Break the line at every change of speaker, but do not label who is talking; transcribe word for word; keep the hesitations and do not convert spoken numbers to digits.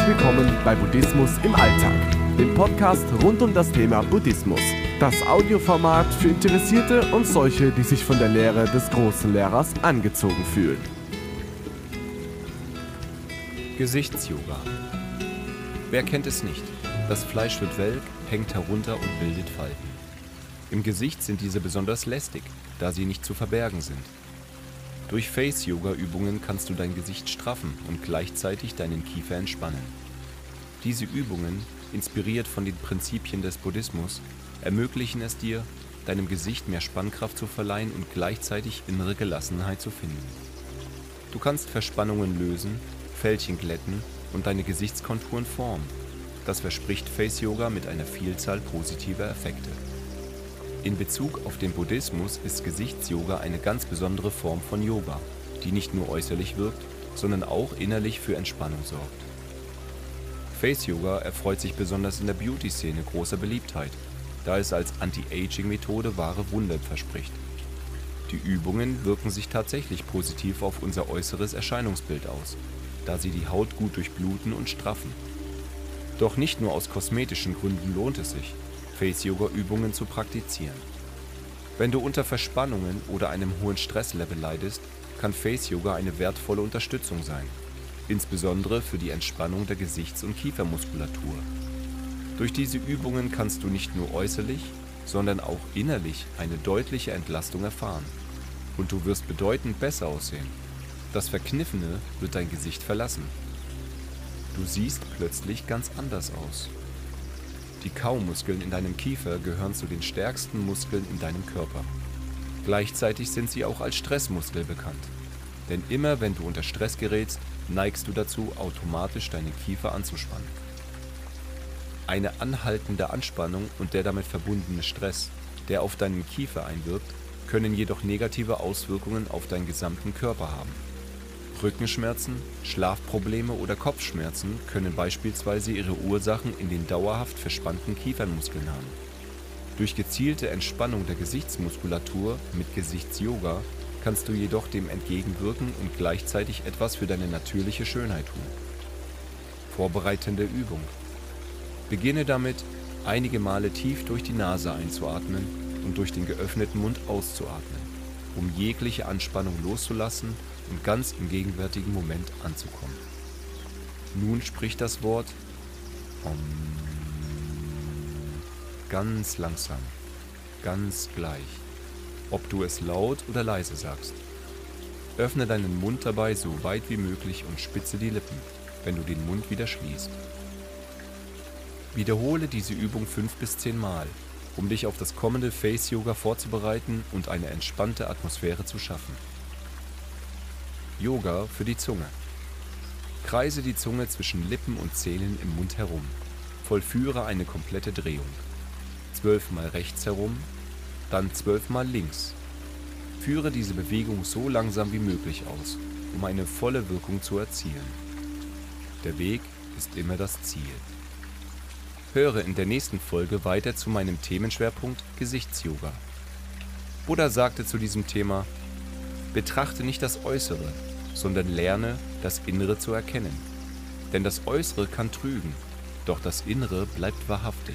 willkommen bei Buddhismus im Alltag, dem Podcast rund um das Thema Buddhismus. Das Audioformat für Interessierte und solche, die sich von der Lehre des großen Lehrers angezogen fühlen.
Gesichtsyoga. Wer kennt es nicht? Das Fleisch wird welk, hängt herunter und bildet Falten. Im Gesicht sind diese besonders lästig, da sie nicht zu verbergen sind. Durch Face-Yoga-Übungen kannst du dein Gesicht straffen und gleichzeitig deinen Kiefer entspannen. Diese Übungen, inspiriert von den Prinzipien des Buddhismus, ermöglichen es dir, deinem Gesicht mehr Spannkraft zu verleihen und gleichzeitig innere Gelassenheit zu finden. Du kannst Verspannungen lösen, Fältchen glätten und deine Gesichtskonturen formen. Das verspricht Face-Yoga mit einer Vielzahl positiver Effekte. In Bezug auf den Buddhismus ist Gesichtsyoga eine ganz besondere Form von Yoga, die nicht nur äußerlich wirkt, sondern auch innerlich für Entspannung sorgt. Face-Yoga erfreut sich besonders in der Beauty-Szene großer Beliebtheit, da es als Anti-Aging-Methode wahre Wunder verspricht. Die Übungen wirken sich tatsächlich positiv auf unser äußeres Erscheinungsbild aus, da sie die Haut gut durchbluten und straffen. Doch nicht nur aus kosmetischen Gründen lohnt es sich, Face-Yoga-Übungen zu praktizieren. Wenn du unter Verspannungen oder einem hohen Stresslevel leidest, kann Face-Yoga eine wertvolle Unterstützung sein, insbesondere für die Entspannung der Gesichts- und Kiefermuskulatur. Durch diese Übungen kannst du nicht nur äußerlich, sondern auch innerlich eine deutliche Entlastung erfahren. Und du wirst bedeutend besser aussehen. Das Verkniffene wird dein Gesicht verlassen. Du siehst plötzlich ganz anders aus. Die Kaumuskeln in deinem Kiefer gehören zu den stärksten Muskeln in deinem Körper. Gleichzeitig sind sie auch als Stressmuskel bekannt. Denn immer wenn du unter Stress gerätst, neigst du dazu, automatisch deinen Kiefer anzuspannen. Eine anhaltende Anspannung und der damit verbundene Stress, der auf deinen Kiefer einwirkt, können jedoch negative Auswirkungen auf deinen gesamten Körper haben. Rückenschmerzen, Schlafprobleme oder Kopfschmerzen können beispielsweise ihre Ursachen in den dauerhaft verspannten Kiefernmuskeln haben. Durch gezielte Entspannung der Gesichtsmuskulatur mit Gesichtsyoga kannst du jedoch dem entgegenwirken und gleichzeitig etwas für deine natürliche Schönheit tun. Vorbereitende Übung. Beginne damit, einige Male tief durch die Nase einzuatmen und durch den geöffneten Mund auszuatmen, um jegliche Anspannung loszulassen und ganz im gegenwärtigen Moment anzukommen. Nun sprich das Wort Om ganz langsam, ganz gleich, ob du es laut oder leise sagst. Öffne deinen Mund dabei so weit wie möglich und spitze die Lippen, wenn du den Mund wieder schließt. Wiederhole diese Übung fünf bis zehn Mal, um dich auf das kommende Face-Yoga vorzubereiten und eine entspannte Atmosphäre zu schaffen. Yoga für die Zunge. Kreise die Zunge zwischen Lippen und Zähnen im Mund herum. Vollführe eine komplette Drehung. Zwölfmal rechts herum, dann zwölfmal links. Führe diese Bewegung so langsam wie möglich aus, um eine volle Wirkung zu erzielen. Der Weg ist immer das Ziel. Höre in der nächsten Folge weiter zu meinem Themenschwerpunkt Gesichtsyoga. Buddha sagte zu diesem Thema: Betrachte nicht das Äußere, sondern lerne, das Innere zu erkennen. Denn das Äußere kann trügen, doch das Innere bleibt wahrhaftig.